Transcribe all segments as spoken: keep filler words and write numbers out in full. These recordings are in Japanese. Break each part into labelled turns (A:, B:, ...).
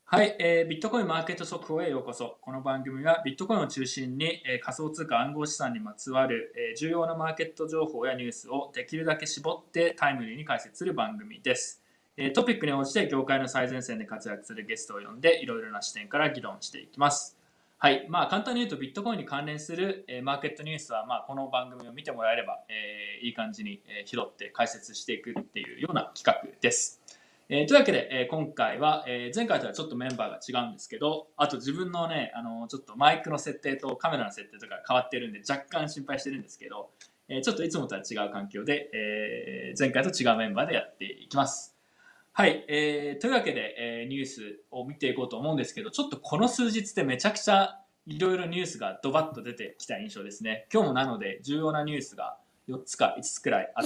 A: はい、えービットコインマーケット速報へようこそ。この番組はビットコインを中心に、えー仮想通貨暗号資産にまつわる、えー重要なマーケット情報やニュースをできるだけ絞ってタイムリーに解説する番組です。えートピックに応じて業界の最前線で活躍するゲストを呼んでいろいろな視点から議論していきます。はい、まあ簡単に言うとビットコインに関連する、えーマーケットニュースは、まあ、この番組を見てもらえれば、えーいい感じに、えー拾って解説していくっていうような企画です。えーというわけで、えー今回は、えー前回とはちょっとメンバーが違うんですけど、あと自分のね、あのちょっとマイクの設定とカメラの設定とか変わってるんで若干心配してるんですけど、えーちょっといつもとは違う環境で、えー前回と違うメンバーでやっていきます。はい、えーというわけで、えーニュースを見ていこうと思うんですけど、ちょっとこの数日でめちゃくちゃいろいろニュースがドバッと出てきた印象ですね。今日もなので重要なニュースがよっつかいつつくらいあって、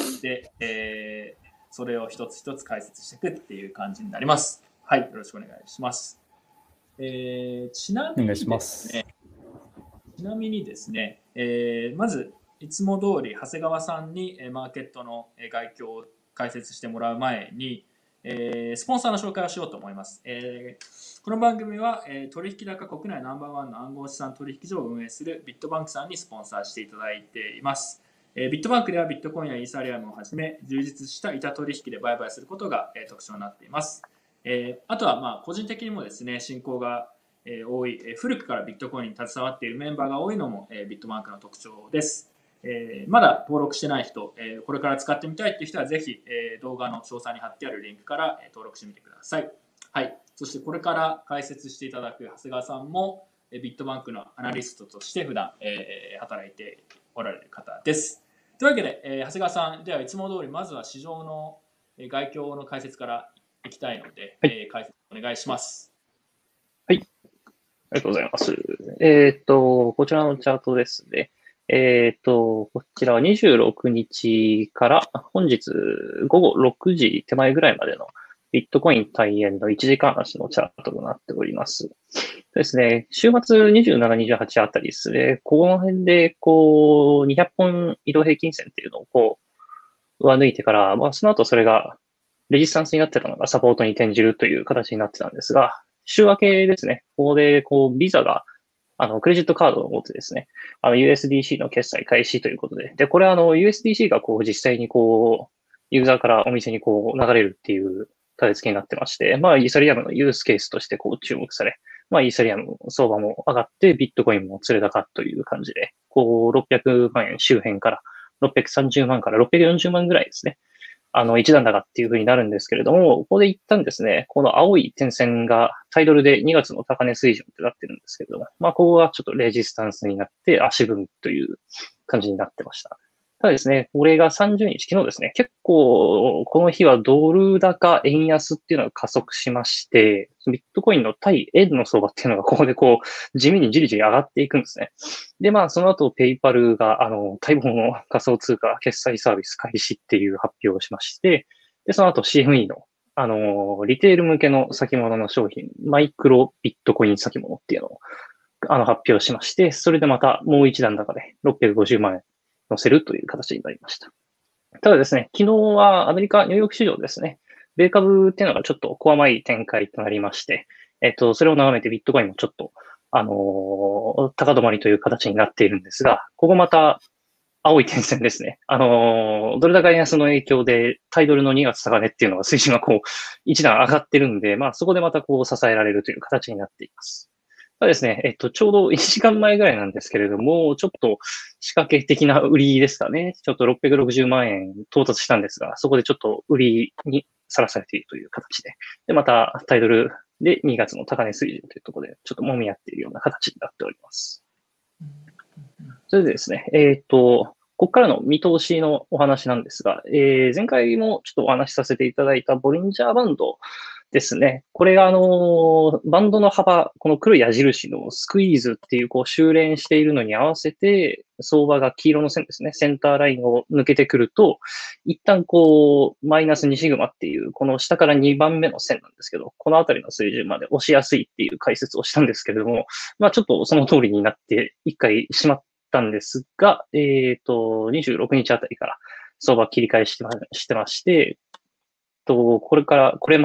A: えーそれを一つ一つ解説していくっていう感じになります。はい、よろしくお願いします。えーちなみにですね、ちなみにですね、えーまずいつも通り長谷川さんにマーケットの概況を解説してもらう前に、えースポンサーの紹介をしようと思います。えーこの番組は、えー取引高国内ナンバーワンの暗号資産取引所を運営するビットバンクさんにスポンサーしていただいています。えービットバンクではビットコインやイーサリアムをはじめ充実した板取引で売買することが、えー特徴になっています。えーあとはまあ個人的にもですね、進行がえー多い、えー古くからビットコインに携わっているメンバーが多いのも、えービットバンクの特徴です。えーまだ登録してない人、えーこれから使ってみたいっていう人はぜひ、えー動画の詳細に貼ってあるリンクから、えー登録してみてください。はい。そしてこれから解説していただく長谷川さんも、えービットバンクのアナリストとして普段、えー働いておられる方です。というわけで、えー長谷川さん、ではいつも通りまずは市場のえー概況の解説からいきたいので、
B: はい。
A: えー解説お願いします。
B: はい。ありがとうございます。えっと、こちらのチャートですね。えっと、こちらはにじゅうろくにちから本日午後ろくじ手前ぐらいまでのビットコイン対円のいちじかん足のチャートとなっております。ですね、週末にじゅうなな、にじゅうはちあたりですね、この辺でこう、にひゃっぽん移動平均線っていうのをこう、上抜いてから、まあその後それがレジスタンスになってたのがサポートに転じるという形になってたんですが、週明けですね。ここで、こう、ビザが、あの、クレジットカードを持ってですね、あの、ユーエスディーシー の決済開始ということで、で、これはあの、ユーエスディーシー がこう、実際にこう、ユーザーからお店にこう、流れるっていう立て付けになってまして、まあ、イーサリアムのユースケースとしてこう、注目され、まあ、イーサリアム相場も上がって、ビットコインも釣れ高という感じで、こう、ろっぴゃくまん円周辺から、ろっぴゃくさんじゅうまんからろっぴゃくよんじゅうまんぐらいですね。あの、一段高っていう風になるんですけれども、ここで一旦ですね、この青い点線がタイドルでにがつの高値水準ってなってるんですけれども、まあ、ここがちょっとレジスタンスになって足踏みという感じになってました。ただですね、これがさんじゅうにち、昨日ですね、結構、この日はドル高円安っていうのが加速しまして、ビットコインの対円の相場っていうのがここでこう、地味にじりじり上がっていくんですね。で、まあ、その後、ペイパルが、あの、待望の仮想通貨決済サービス開始っていう発表をしまして、で、その後 シーエムイー の、あの、リテール向けの先物の商品、マイクロビットコイン先物っていうのを、あの、発表しまして、それでまたもう一段高でろっぴゃくごじゅうまん円乗せるという形になりました。ただですね、昨日はアメリカ、ニューヨーク市場ですね、米株っていうのがちょっと怖まい展開となりまして、えっと、それを眺めてビットコインもちょっと、あのー高止まりという形になっているんですが、ここまた青い点線ですね。あのードル高円安の影響で、タイドルのにがつ高値っていうのが水準がこう、一段上がってるんで、まあそこでまたこう支えられるという形になっています。ただですね、えっと、ちょうどいちじかんまえぐらいなんですけれども、ちょっと仕掛け的な売りですかね。ちょっとろっぴゃくろくじゅうまん円到達したんですが、そこでちょっと売りにさらされているという形で。で、またタイドルでにがつの高値水準というところで、ちょっと揉み合っているような形になっております。それでですね、えっと、ここからの見通しのお話なんですが、えー前回もちょっとお話しさせていただいたボリンジャーバンドですね。これがあの、バンドの幅、この黒い矢印のスクイーズっていうこう修練しているのに合わせて、相場が黄色の線ですね、センターラインを抜けてくると、一旦こう、マイナスにシグマっていう、この下からにばんめの線なんですけど、このあたりの水準まで押しやすいっていう解説をしたんですけれども、まあちょっとその通りになって一回しまったんですが、えっと、にじゅうろくにちあたりから相場切り返してましてまして、と、これから、これまでの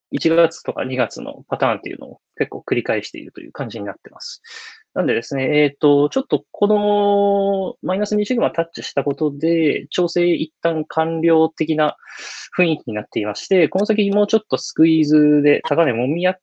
B: いちがつとかにがつのパターンっていうのを結構繰り返しているという感じになってます。なんでですね、えっと、ちょっとこのマイナスにシグマタッチしたことで、調整一旦完了的な雰囲気になっていまして、この先もうちょっとスクイーズで高値揉み合って、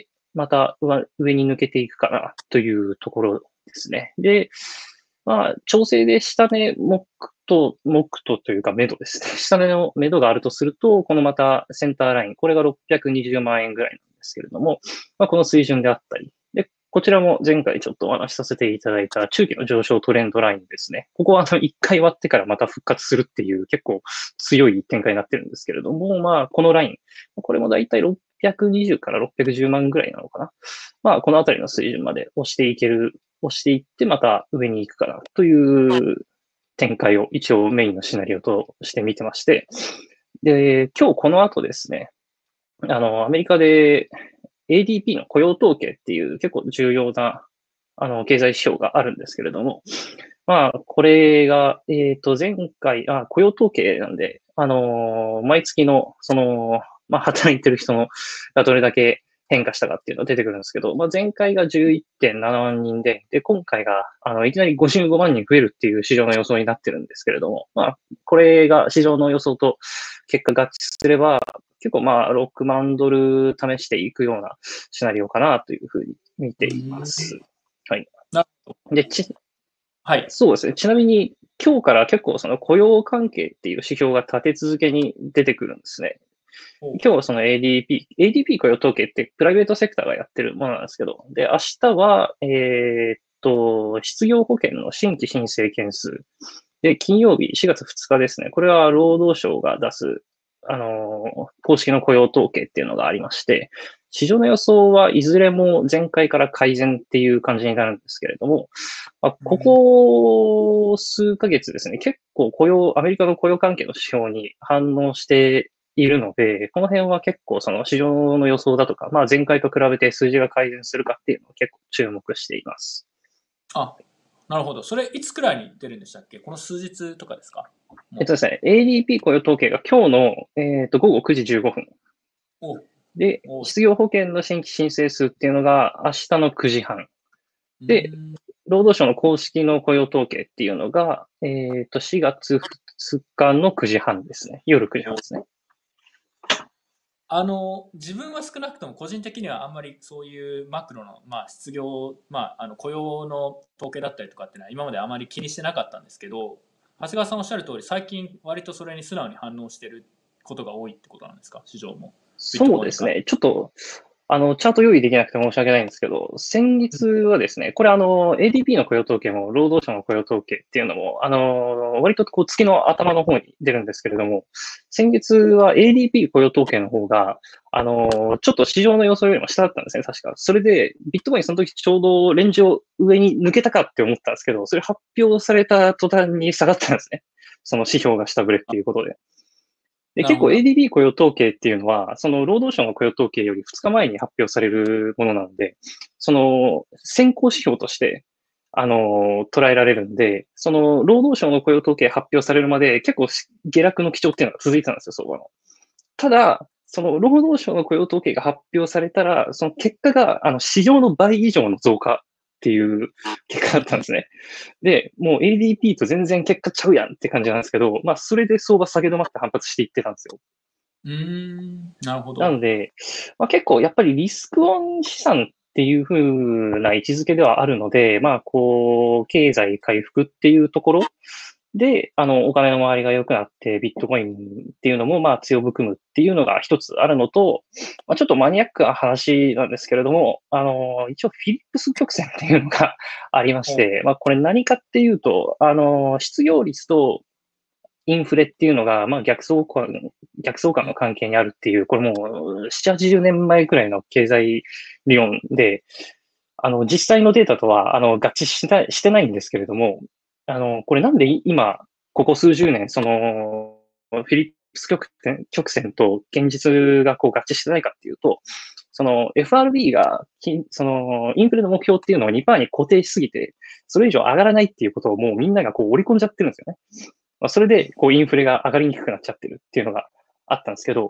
B: また上上に抜けていくかなというところですね。で、まあ、調整で下値目と、目とというか、目処ですね。下値の目処があるとすると、このまたセンターライン、これがろっぴゃくにじゅうまん円ぐらいなんですけれども、まあ、この水準であったり、で、こちらも前回ちょっとお話しさせていただいた中期の上昇トレンドラインですね。ここはあの一回割ってからまた復活するっていう結構強い展開になってるんですけれども、まあ、このライン、これもだいたいろっぴゃくにじゅうからろっぴゃくじゅうまんぐらいなのかな。まあ、このあたりの水準まで押していける、押していってまた上に行くかなという展開を一応メインのシナリオとして見てまして、で、今日この後ですね、あの、アメリカで エーディーピー の雇用統計っていう結構重要な、あの、経済指標があるんですけれども、まあ、これが、えっと、前回、あ、雇用統計なんで、あのー毎月の、その、まあ、働いてる人の、がどれだけ変化したかっていうのが出てくるんですけど、まあ、前回がじゅういってんななまん人で、で、今回が、あの、いきなりごじゅうごまん人増えるっていう市場の予想になってるんですけれども、まあ、これが市場の予想と結果合致すれば、結構まあ、ろくまんドル試していくようなシナリオかなというふうに見ています。はい。
A: なるほど。
B: で、ち、
A: はい。
B: そうですね。ちなみに、今日から結構その雇用関係っていう指標が立て続けに出てくるんですね。
A: お
B: 今日はその エーディーピー、エーディーピー 雇用統計ってプライベートセクターがやってるものなんですけど、で、明日は、えーっと、失業保険の新規申請件数。で、金曜日しがつふつかですね。これは労働省が出す、あの、公式の雇用統計っていうのがありまして、市場の予想はいずれも前回から改善っていう感じになるんですけれども、あここ数ヶ月ですね、結構雇用、アメリカの雇用関係の指標に反応しているので、この辺は結構その市場の予想だとか、まあ前回と比べて数字が改善するかっていうのを結構注目しています。
A: あ、なるほど。それいつくらいに出るんでしたっけ？この数日とかですか？もう
B: えっとですね、エーディーピー 雇用統計が今日の、えっと、午後くじじゅうごふん。
A: お
B: で、
A: お
B: 失業保険の新規申請数っていうのが明日のくじはん。
A: う
B: で、
A: ーん
B: 労働省の公式の雇用統計っていうのが、えっと、しがつふつかのくじはんですね。夜くじはんですね。
A: あの自分は少なくとも個人的にはあんまりそういうマクロの、まあ、失業、まあ、あの雇用の統計だったりとかっていうのは今まであまり気にしてなかったんですけど、長谷川さんおっしゃる通り最近割とそれに素直に反応してることが多いってことなんですか、市場も。ビットコインか。
B: そうですね。ちょっと、あの、チャート用意できなくて申し訳ないんですけど、先日はですね、これあの、エーディーピー の雇用統計も、労働者の雇用統計っていうのも、あの、割とこう月の頭の方に出るんですけれども、先月は エーディーピー 雇用統計の方が、あの、ちょっと市場の予想よりも下だったんですね、確か。それで、ビットコインその時ちょうどレンジを上に抜けたかって思ったんですけど、それ発表された途端に下がったんですね。その指標が下振れっていうことで。で、結構
A: なるほど。
B: エーディーピー 雇用統計っていうのは、その労働省の雇用統計よりふつかまえに発表されるものなので、その先行指標として、あの、捉えられるんで、その労働省の雇用統計発表されるまで結構下落の基調っていうのが続いてたんですよ、相場の。ただ、その労働省の雇用統計が発表されたら、その結果が、あの、市場の倍以上の増加っていう結果だったんですね。で、もう エーディーピー と全然結果ちゃうやんって感じなんですけど、まあ、それで相場下げ止まって反発していってたんですよ。
A: うーん、なるほど。
B: なので、まあ、結構やっぱりリスクオン資産っていう風な位置づけではあるので、まあ、こう、経済回復っていうところで、あの、お金の回りが良くなって、ビットコインっていうのも、まあ、強含むっていうのが一つあるのと、まあ、ちょっとマニアックな話なんですけれども、あの、一応フィリップス曲線っていうのがありまし
A: お
B: て、まあ、これ何かっていうと、あの、失業率とインフレっていうのが、まあ逆相関、逆相関の関係にあるっていう、これもう、なな、はちじゅうねんまえくらいの経済理論で、あの、実際のデータとは、あの、合致してない、してないんですけれども、あの、これなんで今、ここ数十年、その、フィリップス曲線、曲線と現実がこう合致してないかっていうと、その エフアールビー が、そのインフレの目標っていうのをにパーセントに固定しすぎて、それ以上上がらないっていうことをもうみんながこう織り込んじゃってるんですよね。まあ、それで、こう、インフレが上がりにくくなっちゃってるっていうのがあったんですけど、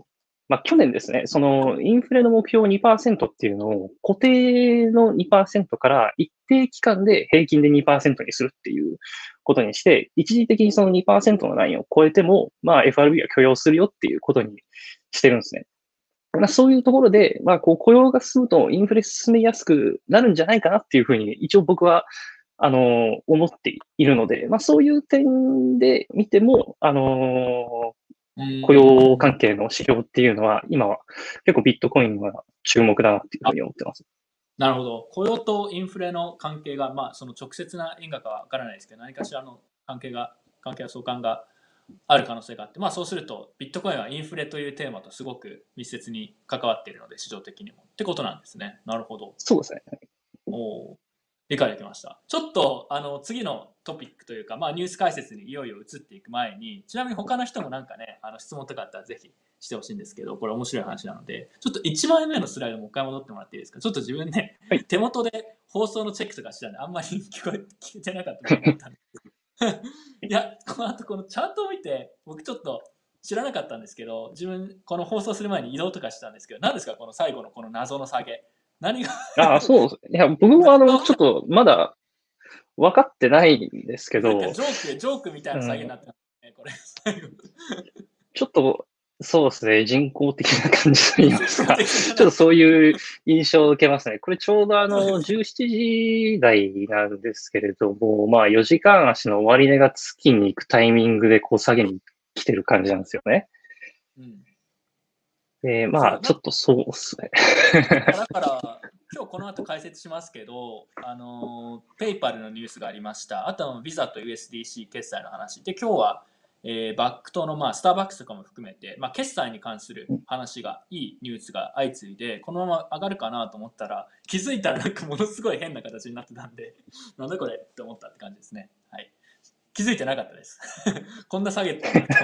B: まあ、去年ですね、そのインフレの目標にパーセントっていうのを固定のにパーセントから一定期間で平均でにパーセントにするっていうことにして、一時的にそのにパーセントのラインを超えても、まあ エフアールビー は許容するよっていうことにしてるんですね。まあ、そういうところで、まあ、こう雇用が進むとインフレ進めやすくなるんじゃないかなっていうふうに、一応僕は、あの、思っているので、まあ、そういう点で見ても、あの、雇用関係の指標っていうのは、今は結構ビットコインは注目だなっていうふうに思ってます。
A: なるほど。雇用とインフレの関係が、まあ、その直接な因果かはわからないですけど、何かしらの関係が、関係や相関がある可能性があって、まあ、そうすると、ビットコインはインフレというテーマとすごく密接に関わっているので、市場的にも。ってことなんですね。なるほど。
B: そうですね。
A: お理解できました。ちょっとあの次のトピックというか、まあ、ニュース解説にいよいよ移っていく前に、ちなみに他の人もなんかね、あの質問とかあったらぜひしてほしいんですけど、これ面白い話なので、ちょっといちまいめのスライドもう一回戻ってもらっていいですか。ちょっと自分ね、はい、手元で放送のチェックとかしてたんで、あんまり聞こえ聞いてなかったと思ったんですけど。いや、この後このチャートを見て、僕ちょっと知らなかったんですけど、自分この放送する前に移動とかしたんですけど、何ですかこの最後のこの謎の下げ。何が
B: ああ、そう。いや、僕もあの、ちょっとまだ分かってないんですけど。
A: なんかジョーク、ジョークみたいな下げになってますね、うん、これ。
B: ちょっと、そうですね、人工的な感じといいますか、ちょっとそういう印象を受けますね。これちょうどあの、じゅうしちじ台なんですけれども、まあよじかん足の終値が月に行くタイミングでこう下げに来てる感じなんですよね。うんで、まあ、ちょっとそうっすね。
A: だから、今日この後解説しますけど、あの、ペイパルのニュースがありました。あとはビザと ユーエスディーシー 決済の話。で、今日は、えー、バックとの、まあ、スターバックスとかも含めて、まあ、決済に関する話が、いいニュースが相次いで、このまま上がるかなと思ったら、気づいたらなんかものすごい変な形になってたんで、なんだこれって思ったって感じですね。はい。気づいてなかったです。こんな下げたなと。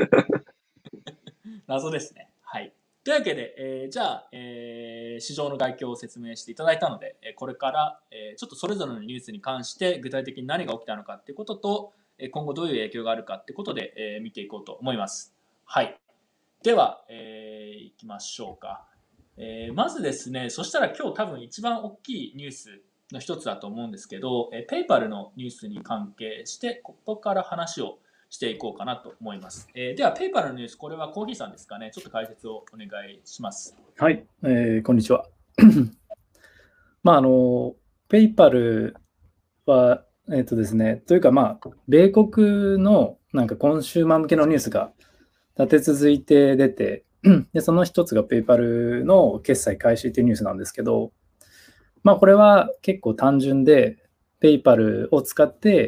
A: 謎ですね。はい。というわけで、えー、じゃあ、えー、市場の概況を説明していただいたので、これから、えー、ちょっとそれぞれのニュースに関して具体的に何が起きたのかっていうことと、今後どういう影響があるかってことで、えー、見ていこうと思います。はい。では、えー、いきましょうか。えー、まずですね、そしたら今日多分一番大きいニュースの一つだと思うんですけど、えー、ペイパルのニュースに関係して、ここから話をしていこうかなと思います。えー、では、ペイパルのニュース、これはコーヒーさんですかね。ちょっと解説をお願いします。
C: はい、えー、こんにちは。まあ、あの、ペイパルは、えっとですね、というか、まあ、米国のなんかコンシューマー向けのニュースが立て続いて出て、でその一つがペイパルの決済開始というニュースなんですけど、まあ、これは結構単純で、ペイパルを使って、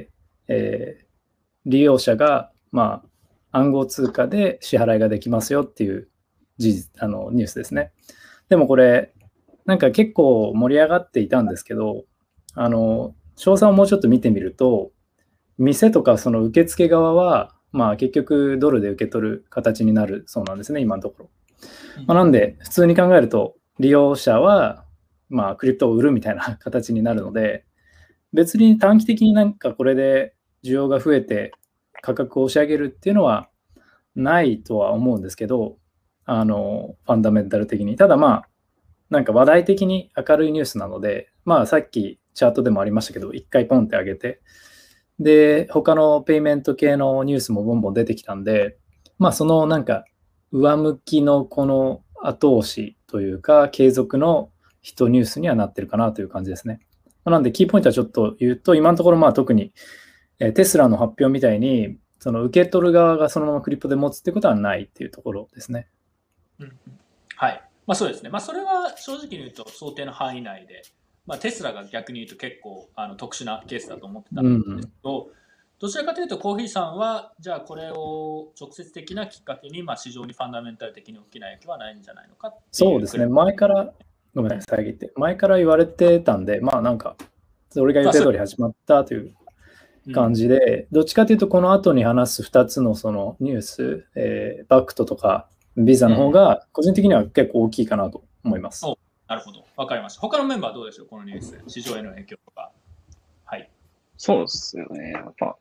C: えー、利用者が、まあ、暗号通貨で支払いができますよっていう事実、あのニュースですね。でもこれ、なんか結構盛り上がっていたんですけど、あの、詳細をもうちょっと見てみると、店とかその受付側は、まあ結局ドルで受け取る形になるそうなんですね、今のところ。まあ、なんで、普通に考えると、利用者は、まあクリプトを売るみたいな形になるので、別に短期的になんかこれで需要が増えて価格を押し上げるっていうのはないとは思うんですけど、あの、ファンダメンタル的に。ただまあ、なんか話題的に明るいニュースなので、まあさっきチャートでもありましたけど、一回ポンって上げて、で、他のペイメント系のニュースもボンボン出てきたんで、まあそのなんか上向きのこの後押しというか、継続のヒットニュースにはなってるかなという感じですね。なんでキーポイントはちょっと言うと、今のところまあ特にテスラの発表みたいに、その受け取る側がそのままクリプトで持つってことはないっていうところですね。
A: うん、はい。まあそうですね。まあそれは正直に言うと想定の範囲内で、まあテスラが逆に言うと結構あの特殊なケースだと思ってたんですけど、うん、どちらかというとコーヒーさんは、じゃあこれを直接的なきっかけに、まあ市場にファンダメンタル的に大きな影響はないんじゃないのかっていう。
C: そうですね。前から、ごめんなさい、遮って。前から言われてたんで、まあなんか、それが予定通り始まったという感じで、どっちかというとこの後に話すふたつのそのニュース、えー、バクトとかビザの方が個人的には結構大きいかなと思います。
A: うん、なるほど。わかりました。他のメンバーどうでしょうこのニュース、市場への影響とか。はい。
B: そうですよね。やっぱ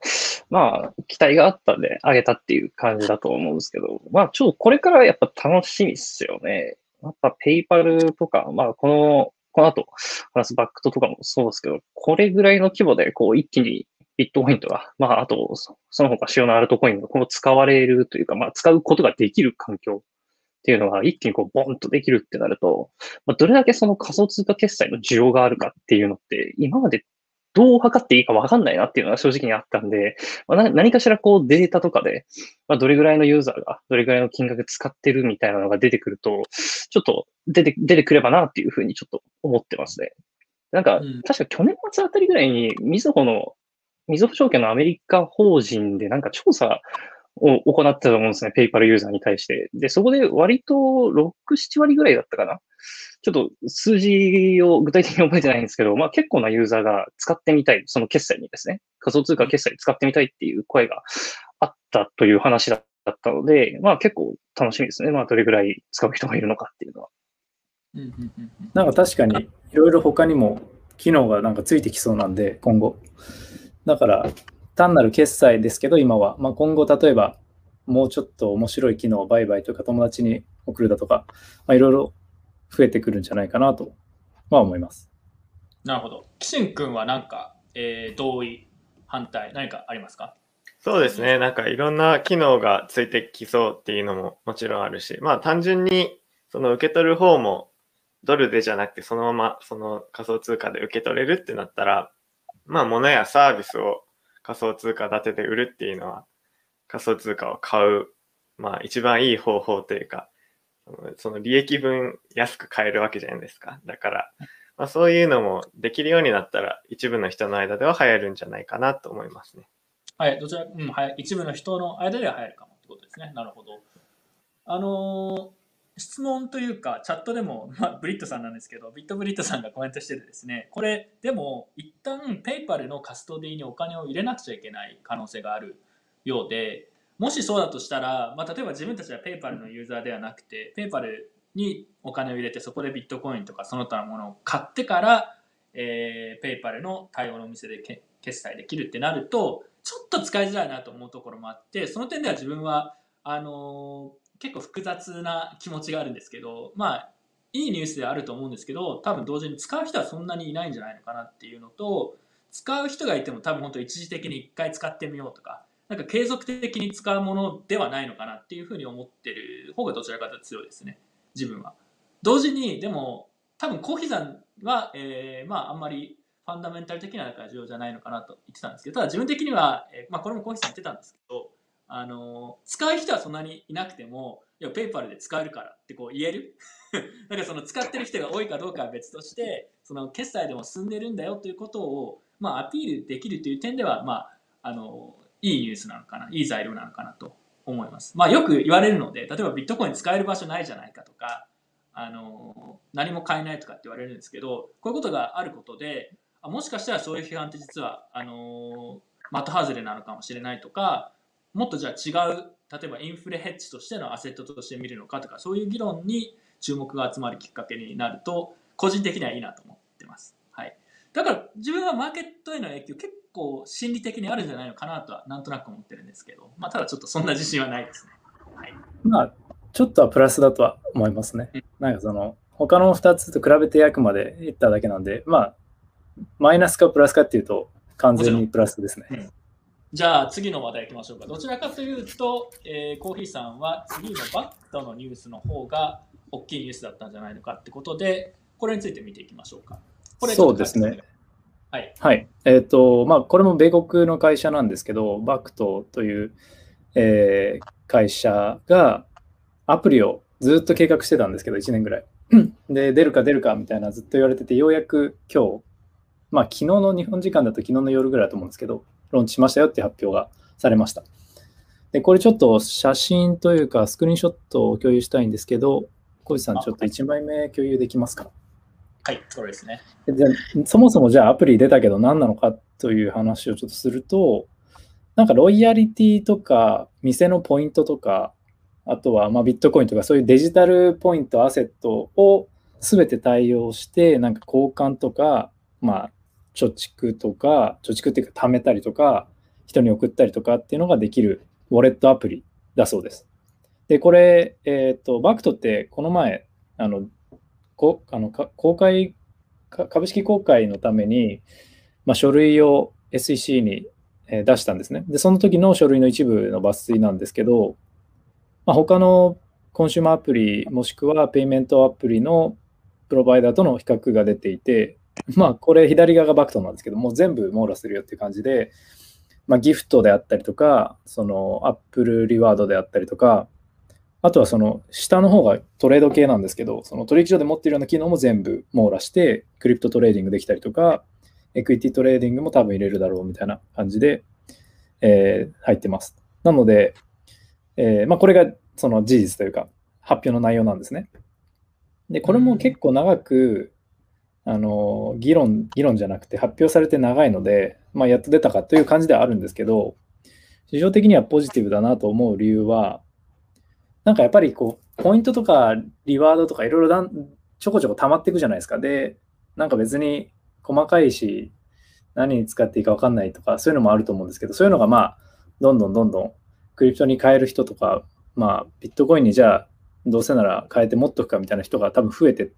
B: まあ、期待があったんで、上げたっていう感じだと思うんですけど、まあ、ちょっとこれからやっぱ楽しみっすよね。やっぱペイパルとか、まあ、この、この後話すバックトとかもそうですけど、これぐらいの規模で、こう、一気にビットコインとか、まあ、あと、その他主要なアルトコインがこう使われるというか、まあ、使うことができる環境っていうのが一気にこう、ボンとできるってなると、まあ、どれだけその仮想通貨決済の需要があるかっていうのって、今までどう測っていいか分かんないなっていうのが正直にあったんで、まあ、何かしらこうデータとかで、まあ、どれぐらいのユーザーがどれぐらいの金額使ってるみたいなのが出てくると、ちょっと出て、出てくればなっていうふうにちょっと思ってますね。なんか、確か去年末あたりぐらいに、みずほの、みずほ証券のアメリカ法人でなんか調査を行ってたと思うんですね、ペイパルユーザーに対して。で、そこで割とろく、なな割ぐらいだったかな。ちょっと数字を具体的に覚えてないんですけど、まあ結構なユーザーが使ってみたい、その決済にですね、仮想通貨決済使ってみたいっていう声があったという話だったので、まあ結構楽しみですね。まあどれぐらい使う人がいるのかっていうのは。
C: なんか確かにいろいろ他にも機能がなんかついてきそうなんで、今後。だから単なる決済ですけど、今は、まあ、今後例えばもうちょっと面白い機能を売買とか友達に送るだとか、まあ、いろいろ増えてくるんじゃないかなとは思います。
A: なるほど。キシン君は何か、えー、同意、反対、何かありますか？
D: そうですね。なんかいろんな機能がついてきそうっていうのももちろんあるし、まあ単純にその受け取る方もドルでじゃなくてそのままその仮想通貨で受け取れるってなったら、まあ物やサービスを仮想通貨建てで売るっていうのは仮想通貨を買う、まあ一番いい方法というか、その利益分安く買えるわけじゃないですか。だから、まあ、そういうのもできるようになったら一部の人の間では流行るんじゃないかなと思いますね。
A: はい、どちら、うん、はい、一部の人の間では流行るかもってことですね。なるほど。あのー質問というかチャットでも、まあ、ブリットさんなんですけど、ビットブリットさんがコメントしててですね、これでも一旦ペイパルのカストディにお金を入れなくちゃいけない可能性があるようで、もしそうだとしたら、まあ、例えば自分たちはペイパルのユーザーではなくて、ペイパルにお金を入れてそこでビットコインとかその他のものを買ってから、えー、ペイパルの対応のお店でけ決済できるってなると、ちょっと使いづらいなと思うところもあって、その点では自分はあのー結構複雑な気持ちがあるんですけど、まあいいニュースではあると思うんですけど、多分同時に使う人はそんなにいないんじゃないのかなっていうのと、使う人がいても多分本当一時的に一回使ってみようとか、なんか継続的に使うものではないのかなっていうふうに思ってる方がどちらかというと強いですね、自分は。同時にでも多分コーヒーさんは、えー、まああんまりファンダメンタル的な重要じゃないのかなと言ってたんですけど、ただ自分的には、えーまあ、これもコーヒーさん言ってたんですけど、あの使う人はそんなにいなくても、いやペイパルで使えるからってこう言えるなんかその使ってる人が多いかどうかは別として、その決済でも進んでるんだよということを、まあ、アピールできるという点では、まあ、あのいいニュースなのかな、いい材料なのかなと思います。まあ、よく言われるので、例えばビットコイン使える場所ないじゃないかとか、あの何も買えないとかって言われるんですけど、こういうことがあることで、あもしかしたらそういう批判って実はあの的外れなのかもしれないとか、もっとじゃあ違う、例えばインフレヘッジとしてのアセットとして見るのかとか、そういう議論に注目が集まるきっかけになると個人的にはいいなと思ってます。はい、だから自分はマーケットへの影響結構心理的にあるんじゃないのかなとはなんとなく思ってるんですけど、まあ、ただちょっとそんな自信はないですね。はい、
C: まあちょっとはプラスだとは思いますね。うん、なんかその他のふたつと比べてあくまで言っただけなんで、まあマイナスかプラスかっていうと完全にプラスですね。うん、
A: じゃあ次の話題いきましょうか。どちらかというと、えー、コーヒーさんは次のバットのニュースの方が大きいニュースだったんじゃないのかってことで、これについて見ていきましょうか。これ
C: そうですね。
A: はい。
C: はい。えっ、ー、と、まあ、これも米国の会社なんですけど、バクトという、えー、会社がアプリをずっと計画してたんですけど、いちねんぐらい。で、出るか出るかみたいなずっと言われてて、ようやく今日、まあ、昨日の日本時間だと昨日の夜ぐらいだと思うんですけど、ローンチしましたよって発表がされました。で、これちょっと写真というかスクリーンショットを共有したいんですけど、小路さんちょっといちまいめ共有できますか？
A: はい、そうですね。
C: でそもそもじゃあアプリ出たけど何なのかという話をちょっとすると、なんかロイヤリティとか店のポイントとか、あとはまあビットコインとかそういうデジタルポイント、アセットを全て対応して、なんか交換とか、まあ貯蓄とか、貯蓄っていうか貯めたりとか、 人に送ったりとかっていうのができるウォレットアプリだそうです。で、これ、えっと、バクトってこの前、あの、こあのか公開、か株式公開のために、まあ、書類を エスイーシー にえー出したんですね。で、その時の書類の一部の抜粋なんですけど、まあ、他のコンシューマーアプリもしくはペイメントアプリのプロバイダーとの比較が出ていて、まあこれ左側がバクトなんですけども、全部網羅するよっていう感じで、まあ、ギフトであったりとか、そのアップルリワードであったりとか、あとはその下の方がトレード系なんですけど、その取引所で持っているような機能も全部網羅して、クリプトトレーディングできたりとか、エクイティトレーディングも多分入れるだろうみたいな感じで、えー入ってます。なので、えーまあ、これがその事実というか発表の内容なんですね。で、これも結構長く、あの議論、議論じゃなくて発表されて長いので、まあ、やっと出たかという感じではあるんですけど、市場的にはポジティブだなと思う理由は、なんかやっぱりこう、ポイントとかリワードとかいろいろだんちょこちょこ溜まっていくじゃないですか。で、なんか別に細かいし、何に使っていいか分かんないとか、そういうのもあると思うんですけど、そういうのがまあ、どんどんどんどんクリプトに変える人とか、まあ、ビットコインにじゃあ、どうせなら変えて持っとくかみたいな人が多分増えてって、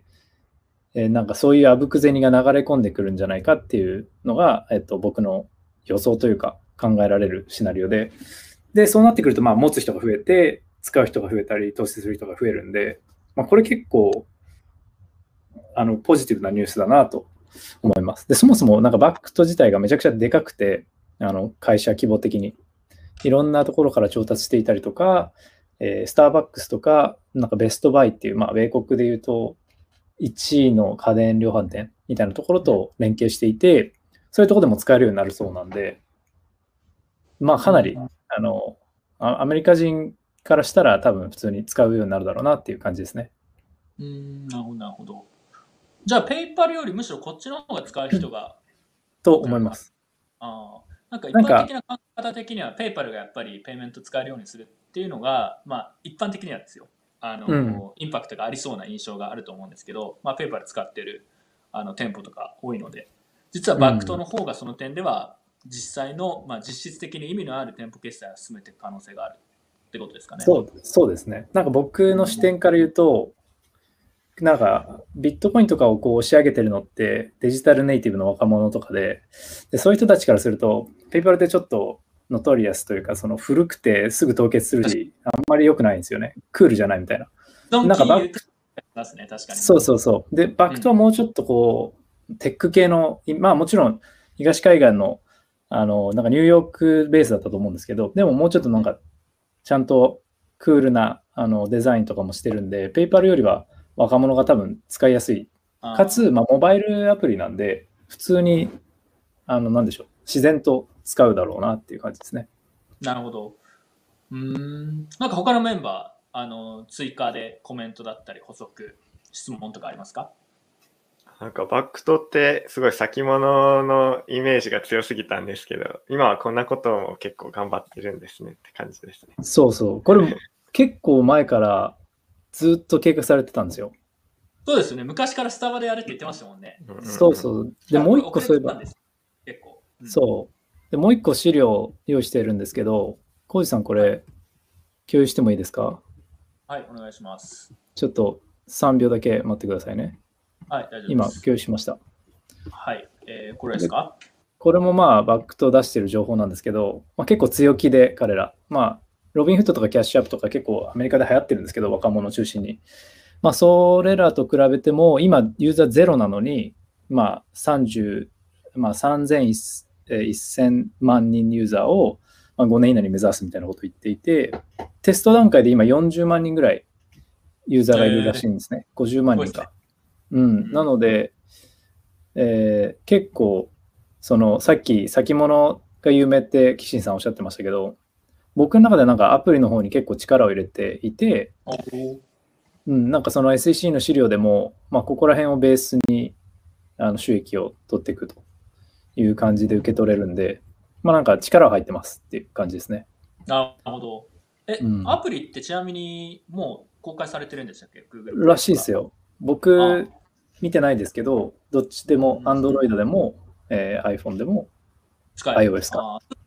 C: えーなんかそういうあぶく銭が流れ込んでくるんじゃないかっていうのが、えっと、僕の予想というか考えられるシナリオで、で、そうなってくると、まあ、持つ人が増えて、使う人が増えたり、投資する人が増えるんで、まあ、これ結構、あの、ポジティブなニュースだなと思います。で、そもそもなんかバックト自体がめちゃくちゃでかくて、あの、会社規模的に。いろんなところから調達していたりとか、えースターバックスとか、なんかベストバイっていう、まあ、米国でいうと、いちいの家電量販店みたいなところと連携していて、そういうところでも使えるようになるそうなんで、まあ、かなり、あの、あアメリカ人からしたら多分普通に使うようになるだろうなっていう感じですね。
A: うーん、なるほど、なるほど。じゃあ、ペイパルよりむしろこっちの方が使う人が、
C: と思います。
A: あーなんか一
C: なんか
A: 般的な考え方的には、ペイパルがやっぱりペイメント使えるようにするっていうのが、まあ、一般的にはですよ。あの、
C: うん
A: インパクトがありそうな印象があると思うんですけど、まあ、ペイパル使ってるあの店舗とか多いので、実はバックトの方がその点では、実際の、まあ、実質的に意味のある店舗決済を進めていく可能性があるってことですかね。
C: そう、そうですね。なんか僕の視点から言うと、なんかビットコインとかをこう押し上げてるのってデジタルネイティブの若者とかで、でそういう人たちからすると、ペイパルってちょっとノトリアスというか、その古くてすぐ凍結するし、あんまり良くないんですよね。クールじゃないみたいな。
A: ドン
C: なんかバック
A: キー言ってますね、確かに。
C: そうそうそう。で、バックトはもうちょっとこう、テック系の、いまあもちろん東海岸の、あの、なんかニューヨークベースだったと思うんですけど、でももうちょっとなんか、ちゃんとクールなあのデザインとかもしてるんで、ペイパルよりは若者が多分使いやすい。
A: あー
C: かつ、まあ、モバイルアプリなんで、普通に、あの、なんでしょう、自然と使うだろうなっていう感じですね。
A: なるほど。うーん。なんか他のメンバー、あの、追加でコメントだったり補足、質問とかありますか？
D: なんかバックトってすごい先物のイメージが強すぎたんですけど、今はこんなことも結構頑張ってるんですねって感じですね。
C: そうそう。これも結構前からずっと計画されてたんですよ。
A: そうですね。昔からスタバでやるって言ってましたもんね。
D: うんうんうん
C: そうそう。で、もう一個そういえば、
A: 結構。うん
C: そう。で、もう一個資料用意してるんですけど、浩二さんこれ、共有してもいいですか？
A: はい、お願いします。
C: ちょっとさんびょうだけ待ってくださいね。
A: はい、大丈夫です。
C: 今、共有しました。
A: はい、えー、これですか？
C: これもまあ、バックと出してる情報なんですけど、まあ、結構強気で彼ら、まあ、ロビンフットとかキャッシュアップとか結構アメリカで流行ってるんですけど、若者を中心に。まあ、それらと比べても、今、ユーザーゼロなのに、まあ、さんじゅう、まあ、さんぜんせんまん人ユーザーをまあごねん以内に目指すみたいなことを言っていて、テスト段階で今よんじゅうまん人ぐらいユーザーがいるらしいんですね。ごじゅうまん人か。うん。なので、えー結構、その、さっき先物が有名って岸ンさんおっしゃってましたけど、僕の中でなんかアプリの方に結構力を入れていて、
A: おー
C: うん、なんかその エスイーシー の資料でも、まあ、ここら辺をベースにあの収益を取っていくという感じで受け取れるんで、まあなんか力は入ってますっていう感じですね。
A: なるほど。え、
C: うん
A: アプリってちなみにもう公開されてるんでしたっけ？ Google
C: らしいですよ。僕、
A: あ
C: 見てないですけど、どっちでも、
A: うん
C: Android でも、えー iPhone でも、
A: 使える。
C: iOS か。
A: あ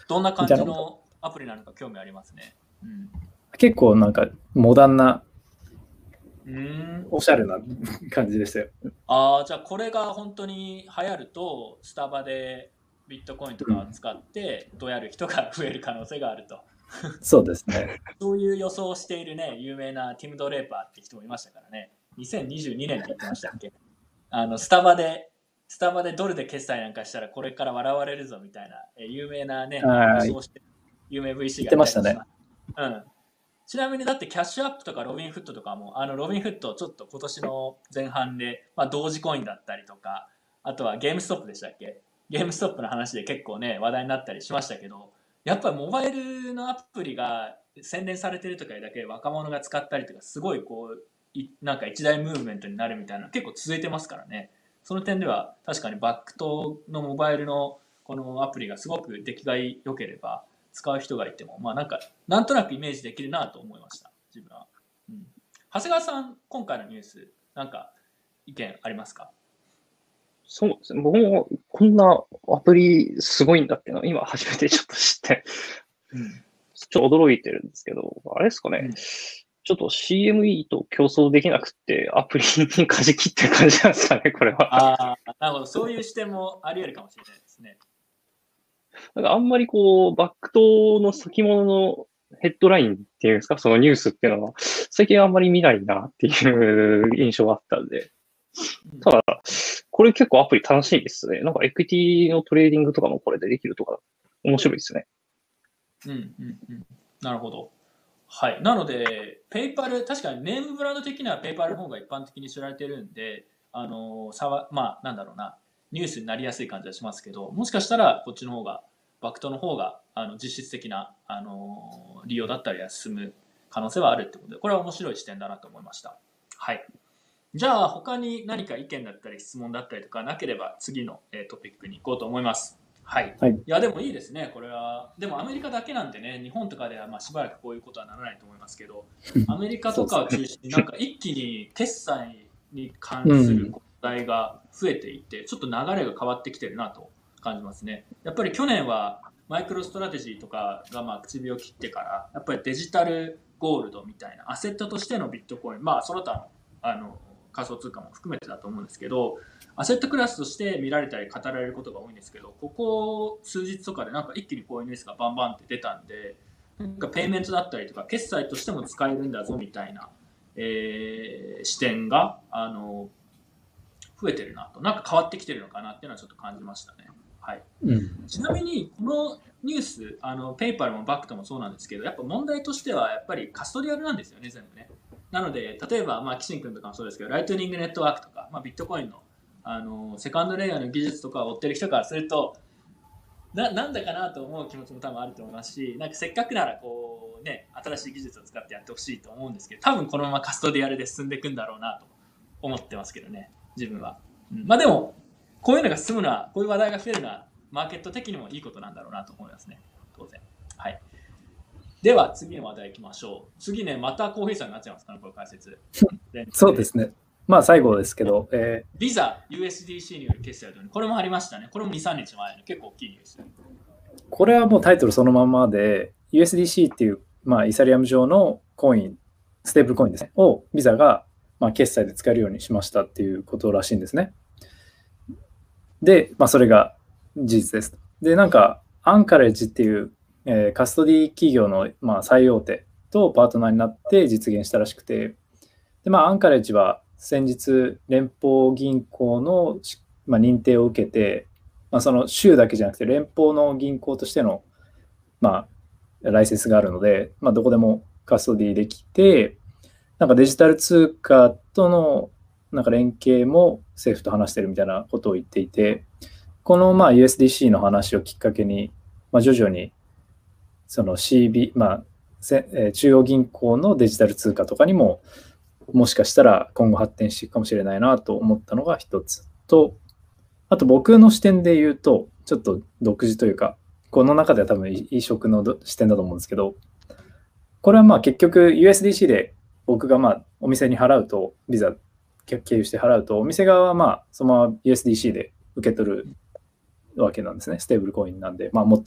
A: どんな感じのアプリなのか興味ありますね。うん、
C: 結構なんかモダンな、
A: うーん
C: おしゃれな感じでしたよ。
A: ああ、じゃあこれが本当に流行ると、スタバでビットコインとかを使ってどうやる人が増える可能性があると。
C: そうですね。
A: そういう予想をしているね、有名なティム・ドレーパーって人もいましたからね。にせんにじゅうにねんって言ってましたっけあの、スタバで、スタバでドルで決済なんかしたらこれから笑われるぞみたいな、え有名なね、
C: はい
A: 予想して有名 ブイシー が
C: 言ってましたね。
A: うん。ちなみにだってキャッシュアップとかロビンフットとかも、あのロビンフットちょっと今年の前半で、まあ、同時コインだったりとか、あとはゲームストップでしたっけゲームストップの話で結構ね、話題になったりしましたけど、やっぱりモバイルのアプリが洗練されてるとかいうだけで若者が使ったりとか、すごいこう、いなんか一大ムーブメントになるみたいな結構続いてますからね。その点では確かにバックトのモバイルのこのアプリがすごく出来が良ければ、使う人がいても、まあなんか、なんとなくイメージできるなと思いました、自分は。うん、長谷川さん、今回のニュース、なんか意見ありますか？
B: そうですね。僕もこんなアプリすごいんだっていうのを今初めてちょっと知って、うん、ちょっと驚いてるんですけど、あれですかね。うん、ちょっと シーエムイー と競争できなくて、アプリに舵切ってる感じなんですかね、これは。
A: ああ、なるほど。そういう視点もあり得るかもしれないですね。
B: なんかあんまりこう、バックトの先物のヘッドラインっていうんですか、そのニュースっていうのは、最近あんまり見ないなっていう印象があったんで。ただ、これ結構アプリ楽しいですね。なんかエクイティのトレーディングとかもこれでできるとか、面白いですね。
A: うんうんうん。なるほど。はい。なので、ペイパル、確かにネームブランド的にはペイパルの方が一般的に知られてるんで、あの、さわまあ、なんだろうな、ニュースになりやすい感じはしますけど、もしかしたらこっちの方が、バクトの方があの実質的な、あの利用だったりは進む可能性はあるってことで、これは面白い視点だなと思いました。はい。じゃあ他に何か意見だったり質問だったりとかなければ次の、えー、トピックに行こうと思います。はい。はい、いやでもいいですね。これはでもアメリカだけなんでね、日本とかではまあしばらくこういうことはならないと思いますけど、アメリカとかを中心になんか一気に決済に関する問題が増えていて、ちょっと流れが変わってきてるなと感じますね。やっぱり去年はマイクロストラテジーとかがまあ口火を切ってからやっぱりデジタルゴールドみたいなアセットとしてのビットコイン、まあその他のあの仮想通貨も含めてだと思うんですけど、アセットクラスとして見られたり語られることが多いんですけど、ここ数日とかでなんか一気にこういうニュースがバンバンって出たんで、なんかペイメントだったりとか決済としても使えるんだぞみたいな、えー、視点があの増えてるなと、なんか変わってきてるのかなっていうのはちょっと感じましたね。はい。うん、ちなみにこのニュース、あのペイパルもバクトもそうなんですけど、やっぱ問題としてはやっぱりカストリアルなんですよね、全部ね。なので例えば、まあ、岸君とかもそうですけど、ライトニングネットワークとか、まあ、ビットコインの、あのセカンドレイヤーの技術とかを追ってる人からすると な, なんだかなと思う気持ちも多分あると思いますし、なんかせっかくならこう、ね、新しい技術を使ってやってほしいと思うんですけど、多分このままカストリアルで進んでいくんだろうなと思ってますけどね、自分は。うん、まあでもこういうのが進むのは、こういう話題が増えるのはマーケット的にもいいことなんだろうなと思いますね、当然。はい。では次の話題いきましょう。次ね、またコーヒーさんになっちゃいますかね、これ解説。
C: そうですね。まあ最後ですけど、え
A: ー、ビザ ユーエスディーシー による決済というの、これもありましたね。これもに、さんにちまえの結構大きいニュース。
C: これはもうタイトルそのままで、ユーエスディーシー っていう、まあ、イーサリアム上のコイン、ステーブルコインですね、をビザが、まあ、決済で使えるようにしましたっていうことらしいんですね。で、まあ、それが事実です。で、なんか、アンカレッジっていう、えー、カストディ企業の、まあ、最大手とパートナーになって実現したらしくて、で、まあ、アンカレッジは先日、連邦銀行の、まあ、認定を受けて、まあ、その州だけじゃなくて、連邦の銀行としての、まあ、ライセンスがあるので、まあ、どこでもカストディできて、なんかデジタル通貨とのなんか連携も政府と話してるみたいなことを言っていて、このまあ ユーエスディーシー の話をきっかけに、まあ、徐々にその シービー、まあ、中央銀行のデジタル通貨とかにももしかしたら今後発展していくかもしれないなと思ったのが一つと、あと僕の視点で言うと、ちょっと独自というか、この中では多分異色の視点だと思うんですけど、これはまあ結局 ユーエスディーシー で僕がまあお店に払うと、ビザ経由して払うと、お店側はまあそのまま ユーエスディーシー で受け取るわけなんですね。ステーブルコインなんで、まあ持っても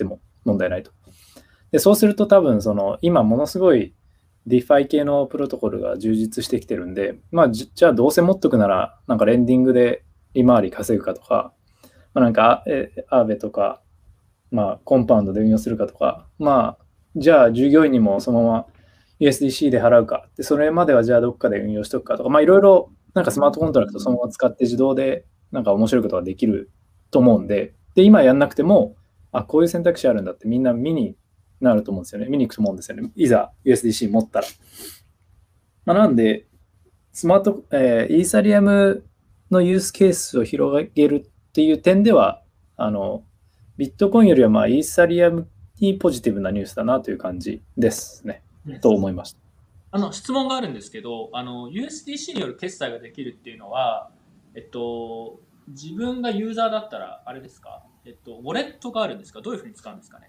C: 問題ないと。で、そうすると多分その今ものすごい DeFi 系のプロトコルが充実してきてるんで、まあじじゃあどうせ持っとくならなんかレンディングで利回り稼ぐかとか、まあ、なんかえアーベとか、まあ、コンパウンドで運用するかとか、まあじゃあ従業員にもそのまま ユーエスディーシー で払うか、でそれまではじゃあどっかで運用しとくかとか、まあいろいろなんかスマートコントラクトそのまま使って自動でなんか面白いことができると思うんで、で今やんなくても、あ、こういう選択肢あるんだってみんな見になると思うんですよね。見に行くと思うんですよね。いざ ユーエスディーシー 持ったら。まあ、なんで、スマート、えー、イーサリアムのユースケースを広げるっていう点では、あの、ビットコインよりはまあイーサリアムにポジティブなニュースだなという感じですね。うん、と思いました。
A: あの質問があるんですけど、あの ユーエスディーシー による決済ができるっていうのは、えっと、自分がユーザーだったらあれですか、えっと、ウォレットがあるんですか、どういうふうに使うんですかね。